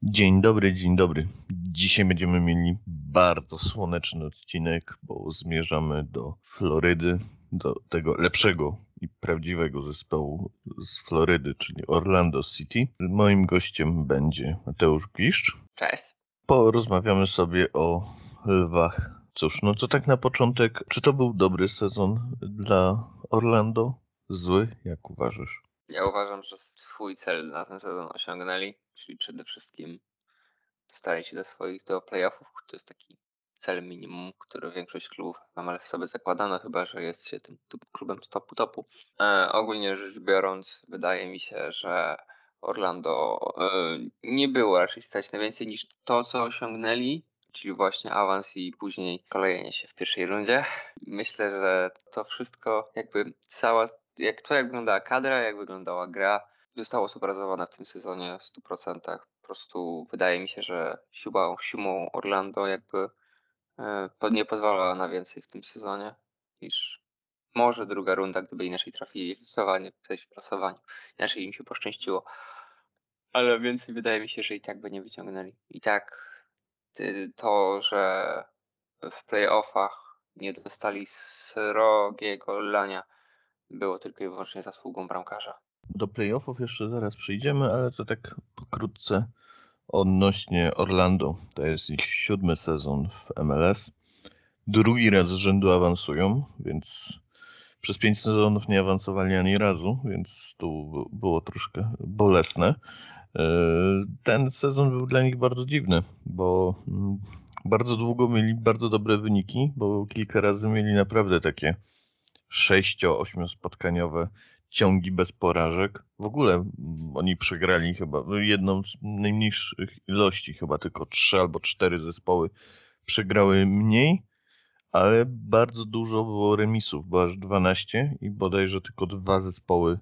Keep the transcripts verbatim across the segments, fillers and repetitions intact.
Dzień dobry, dzień dobry. Dzisiaj będziemy mieli bardzo słoneczny odcinek, bo zmierzamy do Florydy, do tego lepszego i prawdziwego zespołu z Florydy, czyli Orlando City. Moim gościem będzie Mateusz Gliszcz. Cześć. Porozmawiamy sobie o Lwach. Cóż, no to tak na początek, czy to był dobry sezon dla Orlando? Zły, jak uważasz? Ja uważam, że swój cel na ten sezon osiągnęli, czyli przede wszystkim dostali się do swoich do playoffów. To jest taki cel minimum, który większość klubów w M L S sobie zakładano, chyba że jest się tym klubem z topu topu. E, ogólnie rzecz biorąc, wydaje mi się, że Orlando e, nie było raczej stać na więcej niż to, co osiągnęli, czyli właśnie awans i później kolejenie się w pierwszej rundzie. Myślę, że to wszystko jakby cała, jak to jak wyglądała kadra, jak wyglądała gra, zostało zobrazowane w tym sezonie w stu procentach. Po prostu wydaje mi się, że siłą, siłą Orlando jakby e, nie pozwala na więcej w tym sezonie niż może druga runda, gdyby inaczej trafili w losowanie, w losowaniu. Inaczej im się poszczęściło. Ale więcej wydaje mi się, że i tak by nie wyciągnęli. I tak to, że w playoffach nie dostali srogiego lania, było tylko i wyłącznie zasługą bramkarza. Do playoffów jeszcze zaraz przyjdziemy, ale to tak pokrótce odnośnie Orlando. To jest ich siódmy sezon w M L S. Drugi raz z rzędu awansują, więc przez pięć sezonów nie awansowali ani razu, więc tu było troszkę bolesne. Ten sezon był dla nich bardzo dziwny, bo bardzo długo mieli bardzo dobre wyniki, bo kilka razy mieli naprawdę takie sześcio-ośmiu spotkaniowe ciągi bez porażek. W ogóle oni przegrali chyba jedną z najmniejszych ilości, chyba tylko trzy albo cztery zespoły przegrały mniej, ale bardzo dużo było remisów, bo aż dwanaście i bodajże tylko dwa zespoły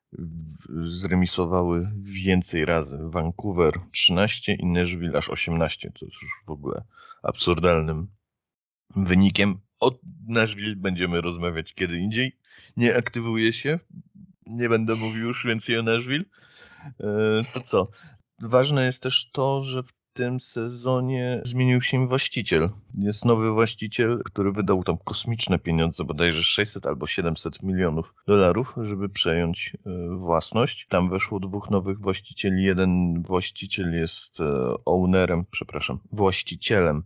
zremisowały więcej razy. Vancouver trzynaście i Nashville aż osiemnaście, co jest już w ogóle absurdalnym wynikiem. O Nashville będziemy rozmawiać kiedy indziej. Nie aktywuje się. Nie będę mówił już więcej o Nashville. To co? Ważne jest też to, że w tym sezonie zmienił się właściciel. Jest nowy właściciel, który wydał tam kosmiczne pieniądze, bodajże sześćset albo siedemset milionów dolarów, żeby przejąć własność. Tam weszło dwóch nowych właścicieli. Jeden właściciel jest ownerem, przepraszam, właścicielem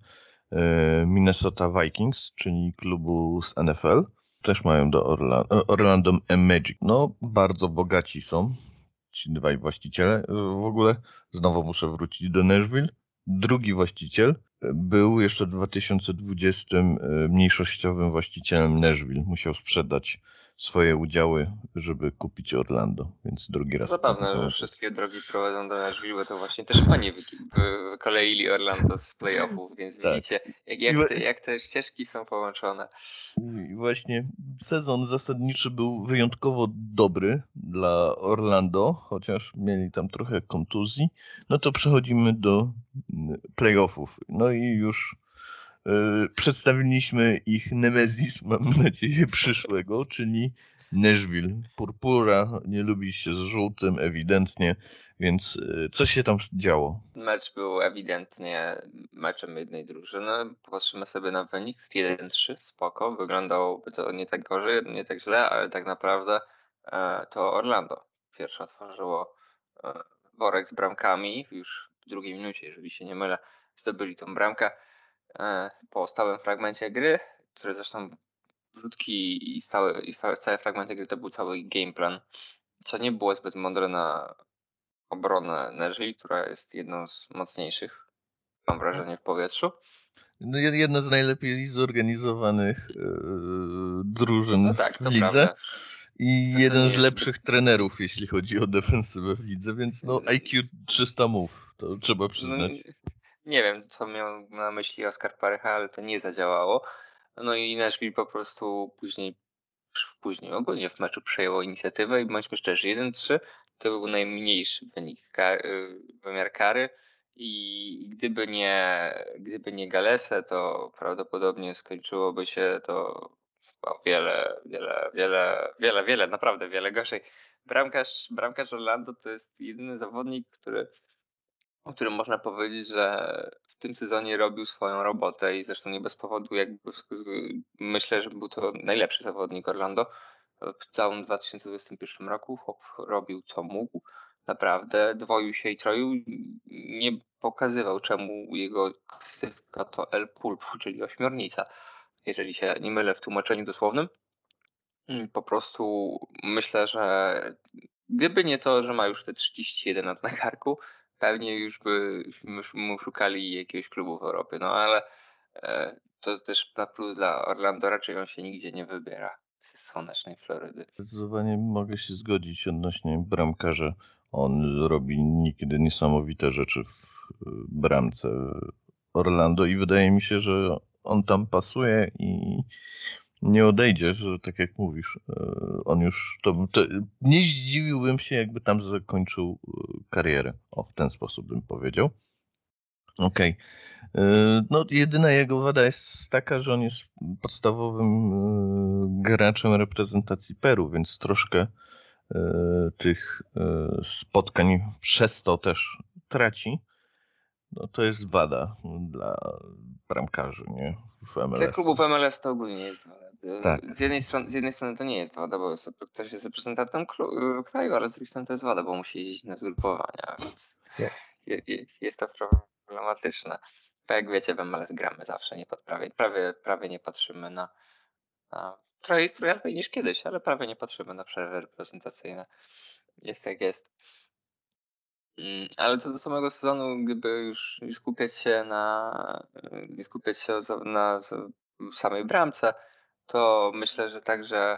Minnesota Vikings, czyli klubu z N F L. Też mają do Orlando, Orlando Magic. No, bardzo bogaci są ci dwaj właściciele. W ogóle znowu muszę wrócić do Nashville. Drugi właściciel był jeszcze w dwa tysiące dwudziestym mniejszościowym właścicielem Nashville. Musiał sprzedać swoje udziały, żeby kupić Orlando, więc drugi raz. To zabawne, że wszystkie drogi prowadzą do Nashville, to właśnie też oni wykoleili Orlando z playoffów, więc tak. Widzicie, jak, jak, te, jak te ścieżki są połączone. I właśnie sezon zasadniczy był wyjątkowo dobry dla Orlando, chociaż mieli tam trochę kontuzji. No to przechodzimy do playoffów. No i już y, przedstawiliśmy ich Nemezis, mam nadzieję, przyszłego, czyli Nashville. Purpura nie lubi się z żółtym, ewidentnie, więc y, co się tam działo? Mecz był ewidentnie meczem jednej drużyny. Popatrzymy sobie na wynik jeden trzy, spoko. Wyglądałoby to nie tak gorzej, nie tak źle, ale tak naprawdę e, to Orlando pierwsze otworzyło e, worek z bramkami. Już w drugiej minucie, jeżeli się nie mylę, zdobyli tą bramkę e, po stałym fragmencie gry, który zresztą wrzutki i, stałe, i całe fragmenty gry to był cały game plan, co nie było zbyt mądre na obronę Nashville, która jest jedną z mocniejszych, mam wrażenie, w powietrzu. No, jedna z najlepiej zorganizowanych yy, drużyn No tak, w to lidze prawda. i To, to jeden nie z jest lepszych zbyt... trenerów, jeśli chodzi o defensywę w lidze, więc no I Q trzysta mów, to trzeba przyznać. No, nie wiem, co miał na myśli Oskar Pareja, ale to nie zadziałało. No i Nashville po prostu później, później ogólnie w meczu przejęło inicjatywę i bądźmy szczerzy, jeden trzy to był najmniejszy wynik, kary, wymiar kary. I gdyby nie, gdyby nie Galese, to prawdopodobnie skończyłoby się to o wiele, wiele, wiele, wiele, wiele, naprawdę wiele gorzej. Bramkarz, bramkarz Orlando to jest jedyny zawodnik, który o którym można powiedzieć, że w tym sezonie robił swoją robotę i zresztą nie bez powodu jakby myślę, że był to najlepszy zawodnik Orlando w całym dwa tysiące dwudziestym pierwszym roku. Chłop robił co mógł. Naprawdę dwoił się i troił. Nie pokazywał, czemu jego ksywka to El Pulpo, czyli ośmiornica. Jeżeli się nie mylę w tłumaczeniu dosłownym. Po prostu myślę, że gdyby nie to, że ma już te trzydzieści jeden lat na karku, pewnie już byśmy mu szukali jakiegoś klubu w Europie. No ale e, to też na plus dla Orlando, raczej on się nigdzie nie wybiera z słonecznej Florydy. Zdecydowanie mogę się zgodzić odnośnie bramkarza. On robi niekiedy niesamowite rzeczy w bramce Orlando i wydaje mi się, że on tam pasuje i nie odejdzie, że tak jak mówisz, on już to, to nie zdziwiłbym się, jakby tam zakończył karierę. O, w ten sposób bym powiedział. Okej. Okay. No, jedyna jego wada jest taka, że on jest podstawowym graczem reprezentacji Peru, więc troszkę tych spotkań przez to też traci. No to jest wada dla bramkarzy, nie? W M L S. Dla klubów M L S to ogólnie nie jest wada. Tak. Z jednej strony, z jednej strony to nie jest wada, bo ktoś jest reprezentantem kraju, ale z drugiej strony to jest wada, bo musi jeździć na zgrupowania, więc je, je, jest to problematyczne. Bo jak wiecie, w M L S gramy zawsze, nie pod prawie, prawie, prawie nie patrzymy na, na trochę jest trochę lepiej niż kiedyś, ale prawie nie patrzymy na przerwy reprezentacyjne. Jest jak jest. Ale co do samego sezonu, gdyby już nie skupiać się na nie skupiać się na samej bramce, to myślę, że także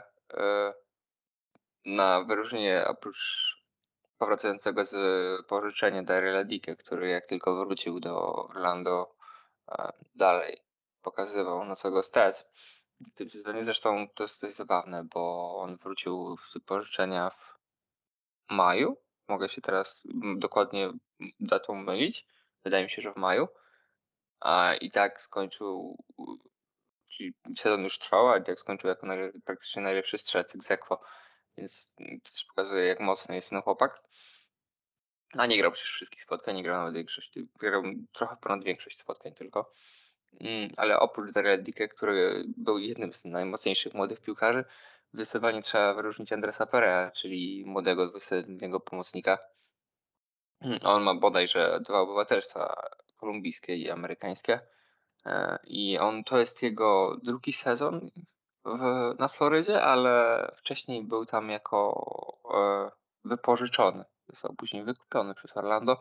na wyróżnienie oprócz powracającego z pożyczenia Daryla Dike, który jak tylko wrócił do Orlando dalej pokazywał na co go stać. W tym sezonie zresztą to jest dość zabawne, bo on wrócił z pożyczenia w maju. Mogę się teraz dokładnie datą mylić. Wydaje mi się, że w maju. A i tak skończył, czyli sezon już trwał, a i tak skończył jako najle praktycznie najlepszy strzelec ex aequo. Więc to też pokazuje, jak mocny jest ten chłopak. A nie grał przecież wszystkich spotkań, nie grał nawet większość, grał trochę ponad większość spotkań tylko. Ale oprócz Daryla Dike, który był jednym z najmocniejszych młodych piłkarzy, zdecydowanie trzeba wyróżnić Andresa Perea, czyli młodego dwudziestoletniego pomocnika. On ma bodajże dwa obywatelstwa, kolumbijskie i amerykańskie. I on to jest jego drugi sezon w, na Florydzie, ale wcześniej był tam jako e, wypożyczony. Został później wykupiony przez Orlando.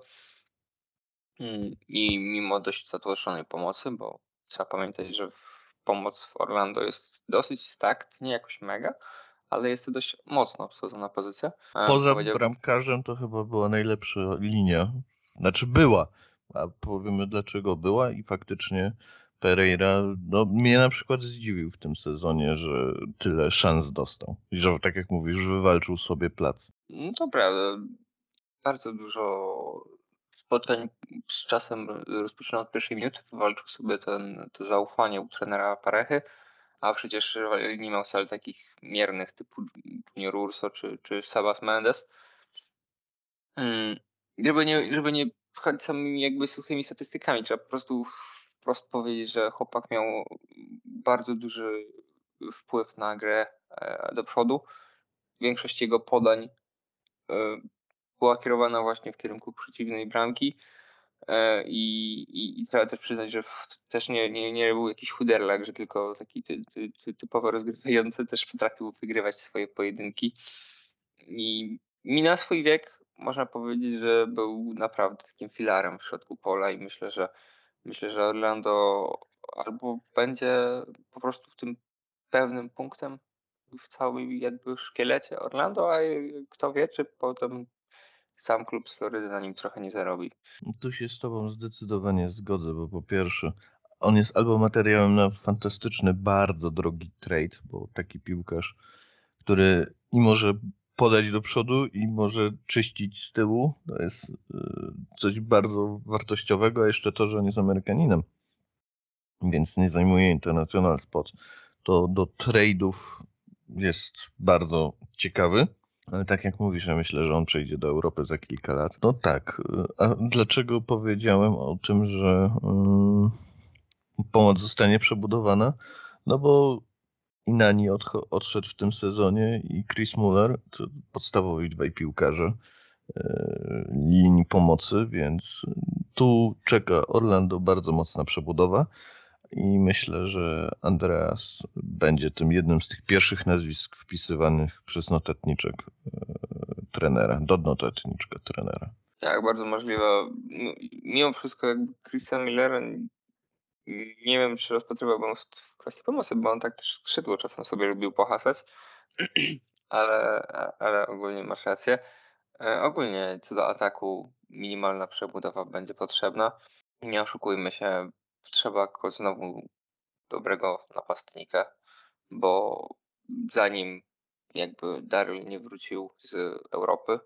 I mimo dość zatłoczonej pomocy, bo trzeba pamiętać, że pomoc w Orlando jest dosyć stakt, nie jakoś mega, ale jest to dość mocno obsadzona pozycja. Poza bramkarzem to chyba była najlepsza linia. Znaczy była, a powiemy dlaczego była i faktycznie Pereira, no mnie na przykład zdziwił w tym sezonie, że tyle szans dostał. I że tak jak mówisz, wywalczył sobie plac. No to prawda. Bardzo dużo spotkań z czasem rozpoczynał od pierwszej minuty, wywalczył sobie ten, to zaufanie u trenera Parechy, a przecież nie miał wcale takich miernych typu Junior Urso czy, czy Sabas Mendes. Hmm. Żeby nie, żeby nie wchodzić samymi jakby suchymi statystykami, trzeba po prostu wprost powiedzieć, że chłopak miał bardzo duży wpływ na grę do przodu. Większość jego podań była kierowana właśnie w kierunku przeciwnej bramki. I, i, i trzeba też przyznać, że w, też nie, nie, nie był jakiś chuderlak, że tylko taki ty, ty, ty, typowo rozgrywający też potrafił wygrywać swoje pojedynki. I mi na swój wiek można powiedzieć, że był naprawdę takim filarem w środku pola i myślę, że myślę, że Orlando albo będzie po prostu tym pewnym punktem w całym jakby szkielecie Orlando, a kto wie, czy potem sam klub z Florydy na nim trochę nie zarobi. Tu się z tobą zdecydowanie zgodzę, bo po pierwsze on jest albo materiałem na fantastyczny, bardzo drogi trade, bo taki piłkarz, który i może podać do przodu i może czyścić z tyłu, to jest coś bardzo wartościowego, a jeszcze to, że on jest Amerykaninem, więc nie zajmuje international spot, to do trade'ów jest bardzo ciekawy. Ale tak jak mówisz, ja myślę, że on przejdzie do Europy za kilka lat. No tak. A dlaczego powiedziałem o tym, że um, pomoc zostanie przebudowana? No bo Inani odcho- odszedł w tym sezonie i Chris Muller, to podstawowi dwaj piłkarze e, linii pomocy, więc tu czeka Orlando bardzo mocna przebudowa i myślę, że Andreas będzie tym jednym z tych pierwszych nazwisk wpisywanych przez notatniczek e, trenera, do notatniczka trenera. Tak, bardzo możliwe. Mimo wszystko jakby Christian Miller, nie wiem, czy rozpatrywałbym w, w kwestii pomocy, bo on tak też skrzydło czasem sobie lubił pohasać, ale, ale ogólnie masz rację. E, ogólnie co do ataku minimalna przebudowa będzie potrzebna. Nie oszukujmy się, trzeba znowu dobrego napastnika, bo zanim jakby Daryl nie wrócił z Europy,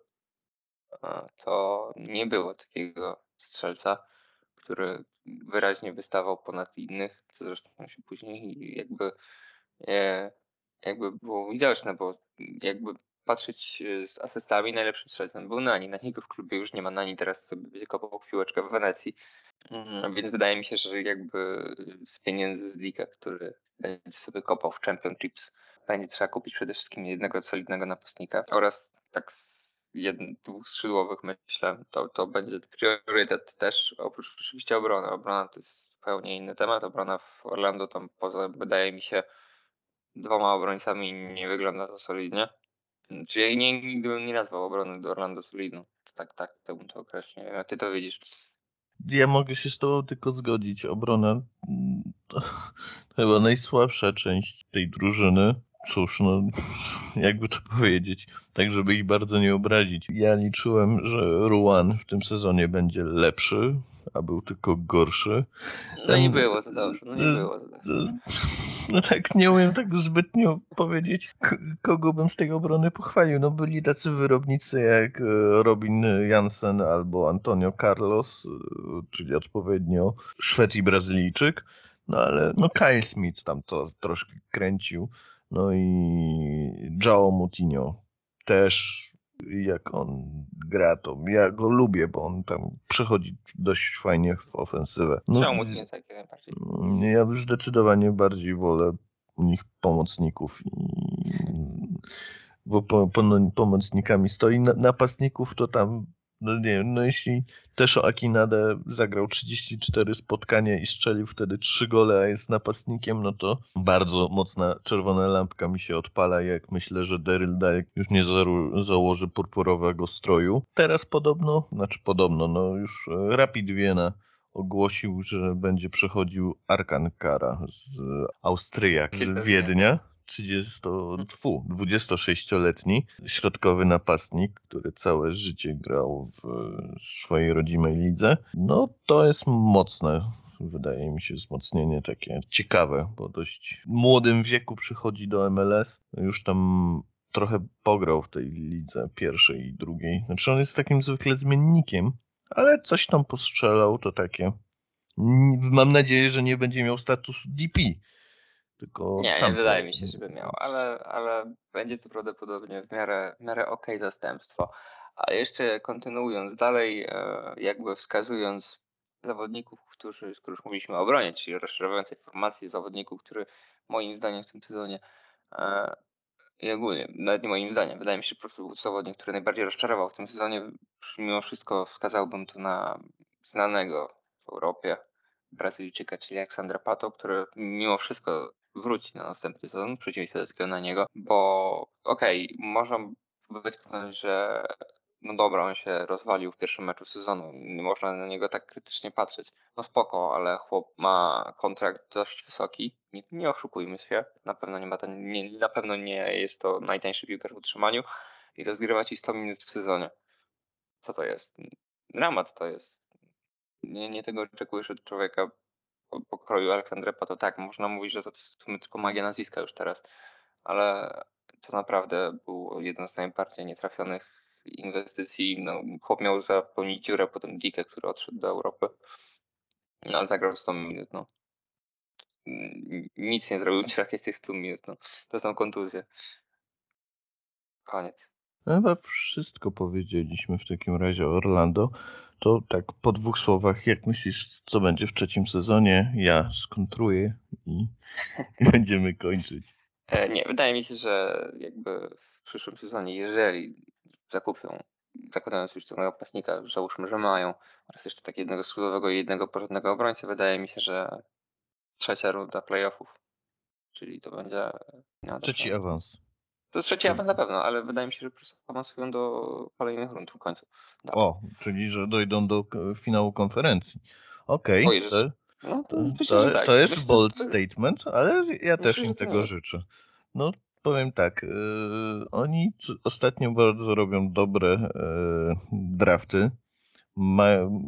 to nie było takiego strzelca, który wyraźnie wystawał ponad innych, co zresztą się później jakby e, jakby było widoczne, bo jakby patrzeć z asystami, najlepszym strzelcem był Nani. Na niego w klubie już nie ma Nani, teraz sobie będzie kopał piłeczkę w Wenecji. Mm, Więc wydaje mi się, że jakby z pieniędzy z Liga, który będzie sobie kopał w Championships, będzie trzeba kupić przede wszystkim jednego solidnego napastnika oraz tak z jednych, dwóch skrzydłowych, myślę, to, to będzie priorytet też, oprócz oczywiście obrony. Obrona to jest zupełnie inny temat. Obrona w Orlando tam poza, wydaje mi się, dwoma obrońcami nie wygląda to solidnie. Czy ja nie, nigdy bym nie nazwał obrony do Orlando solidną. Tak, tak, to bym to określił. Nie wiem, jak ty to widzisz. Ja mogę się z tobą tylko zgodzić. Obrona mm, to chyba najsłabsza część tej drużyny. Cóż, no jakby to powiedzieć, tak żeby ich bardzo nie obrazić. Ja liczyłem, że Ruan w tym sezonie będzie lepszy, a był tylko gorszy. No nie Ten, było to dobrze, no nie było to dobrze. no tak nie umiem tak zbytnio powiedzieć, k- kogo bym z tej obrony pochwalił. No byli tacy wyrobnicy jak e, Robin Jansen albo Antonio Carlos, e, czyli odpowiednio Szwed i Brazylijczyk. No ale no Kyle Smith tam to troszkę kręcił. No i João Moutinho też, jak on gra, to ja go lubię, bo on tam przechodzi dość fajnie w ofensywę. No, Czemu nie takie najbardziej? ja już zdecydowanie bardziej wolę u nich pomocników, i, bo po, po, pomocnikami stoi na, napastników, to tam, no nie wiem, no jeśli Tesho Akinade zagrał trzydzieści cztery spotkania i strzelił wtedy trzy gole, a jest napastnikiem, no to bardzo mocna czerwona lampka mi się odpala, jak myślę, że Daryl Dike już nie zaru, założy purpurowego stroju. Teraz podobno, znaczy podobno, no już Rapid Wiena ogłosił, że będzie przechodził Arkan Kara z Austriak, z Wiednia. trzydzieści, tfu, dwudziestosześcioletni środkowy napastnik, który całe życie grał w swojej rodzimej lidze. No to jest mocne, wydaje mi się, wzmocnienie takie ciekawe, bo dość młodym wieku przychodzi do M L S. Już tam trochę pograł w tej lidze pierwszej i drugiej. Znaczy on jest takim zwykle zmiennikiem, ale coś tam postrzelał, to takie. Mam nadzieję, że nie będzie miał statusu D P, tylko Nie, nie tamte. wydaje mi się, żeby miał, ale, ale będzie to prawdopodobnie w miarę, w miarę okej okay zastępstwo. A jeszcze kontynuując dalej, e, jakby wskazując zawodników, którzy, skoro już mówiliśmy o obronie, czyli rozszerzającej formacji zawodników, który moim zdaniem w tym sezonie e, i ogólnie, nawet nie moim zdaniem, wydaje mi się, że po prostu był zawodnik, który najbardziej rozczarował w tym sezonie. Mimo wszystko wskazałbym tu na znanego w Europie Brazylijczyka, czyli Aleksandra Pato, który mimo wszystko wróci na następny sezon, w przeciwieństwie na niego, bo okej, okay, można wytknąć, że no dobra, on się rozwalił w pierwszym meczu sezonu, nie można na niego tak krytycznie patrzeć. No spoko, ale chłop ma kontrakt dość wysoki, nie, nie oszukujmy się, na pewno nie ma ten, nie, na pewno nie jest to najtańszy piłkarz w utrzymaniu i rozgrywa ci sto minut w sezonie. Co to jest? Dramat to jest. Nie, nie tego oczekujesz od człowieka po pokroju Aleksandra Pato. Tak, można mówić, że to w sumie tylko magia nazwiska już teraz, ale to naprawdę był jeden z najbardziej nietrafionych inwestycji. No, chłop miał zapełnić dziurę po tym Dikę, który odszedł do Europy, no, ale zagrał sto minut. No. Nic nie zrobił, jak jest tych stu minut. No. To są kontuzje. Koniec. Chyba wszystko powiedzieliśmy w takim razie o Orlando. To tak po dwóch słowach, jak myślisz, co będzie w trzecim sezonie? Ja skontruję i będziemy kończyć. E, nie, wydaje mi się, że jakby w przyszłym sezonie, jeżeli zakupią, zakładając już tego napastnika, załóżmy, że mają, oraz jeszcze tak jednego skrzydłowego i jednego porządnego obrońcę, wydaje mi się, że trzecia runda playoffów, czyli to będzie... No, Trzeci awans. To trzeci awans na pewno, ale wydaje mi się, że po prostu awansują do kolejnych rund w końcu. Dalej. O, czyli że dojdą do finału konferencji. Okej, Oj, okay, że... No, to, myślę, że to, tak. to jest Myślę, że bold to, statement, ale ja też myślę, im że to nie tego jest. życzę. No, powiem tak, yy, oni ostatnio bardzo robią dobre yy, drafty. Ma,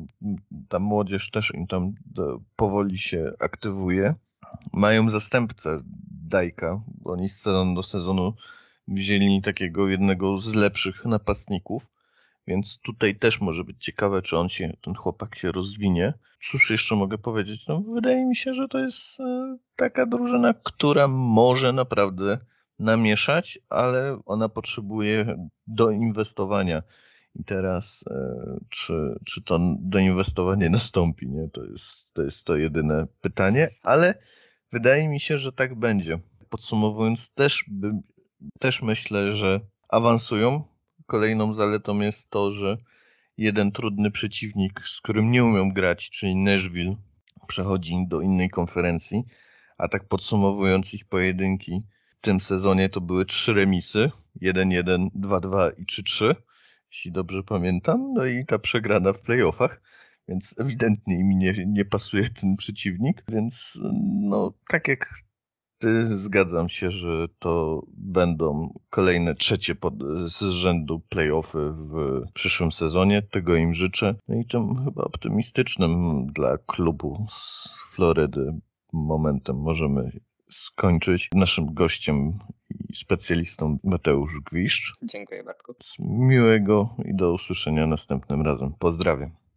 ta młodzież też im tam do, powoli się aktywuje. Mają zastępcę Dajka. Oni z sezonu do sezonu wzięli takiego jednego z lepszych napastników, więc tutaj też może być ciekawe, czy on się, ten chłopak się rozwinie. Cóż jeszcze mogę powiedzieć? No, wydaje mi się, że to jest e, taka drużyna, która może naprawdę namieszać, ale ona potrzebuje doinwestowania. I teraz e, czy, czy to doinwestowanie nastąpi, nie? To jest, to jest to jedyne pytanie, ale wydaje mi się, że tak będzie. Podsumowując, też, by, też myślę, że awansują. Kolejną zaletą jest to, że jeden trudny przeciwnik, z którym nie umią grać, czyli Nashville, przechodzi do innej konferencji. A tak podsumowując ich pojedynki, w tym sezonie to były trzy remisy. jeden jeden, dwa dwa i trzy trzy, jeśli dobrze pamiętam. No i ta przegrana w playoffach. Więc ewidentnie mi nie, nie pasuje ten przeciwnik. Więc no, tak jak ty, zgadzam się, że to będą kolejne trzecie pod, z rzędu playoffy w przyszłym sezonie. Tego im życzę. No i tym chyba optymistycznym dla klubu z Florydy momentem możemy skończyć. Naszym gościem i specjalistą Mateusz Gwiszcz. Dziękuję, Bartku. Miłego i do usłyszenia następnym razem. Pozdrawiam.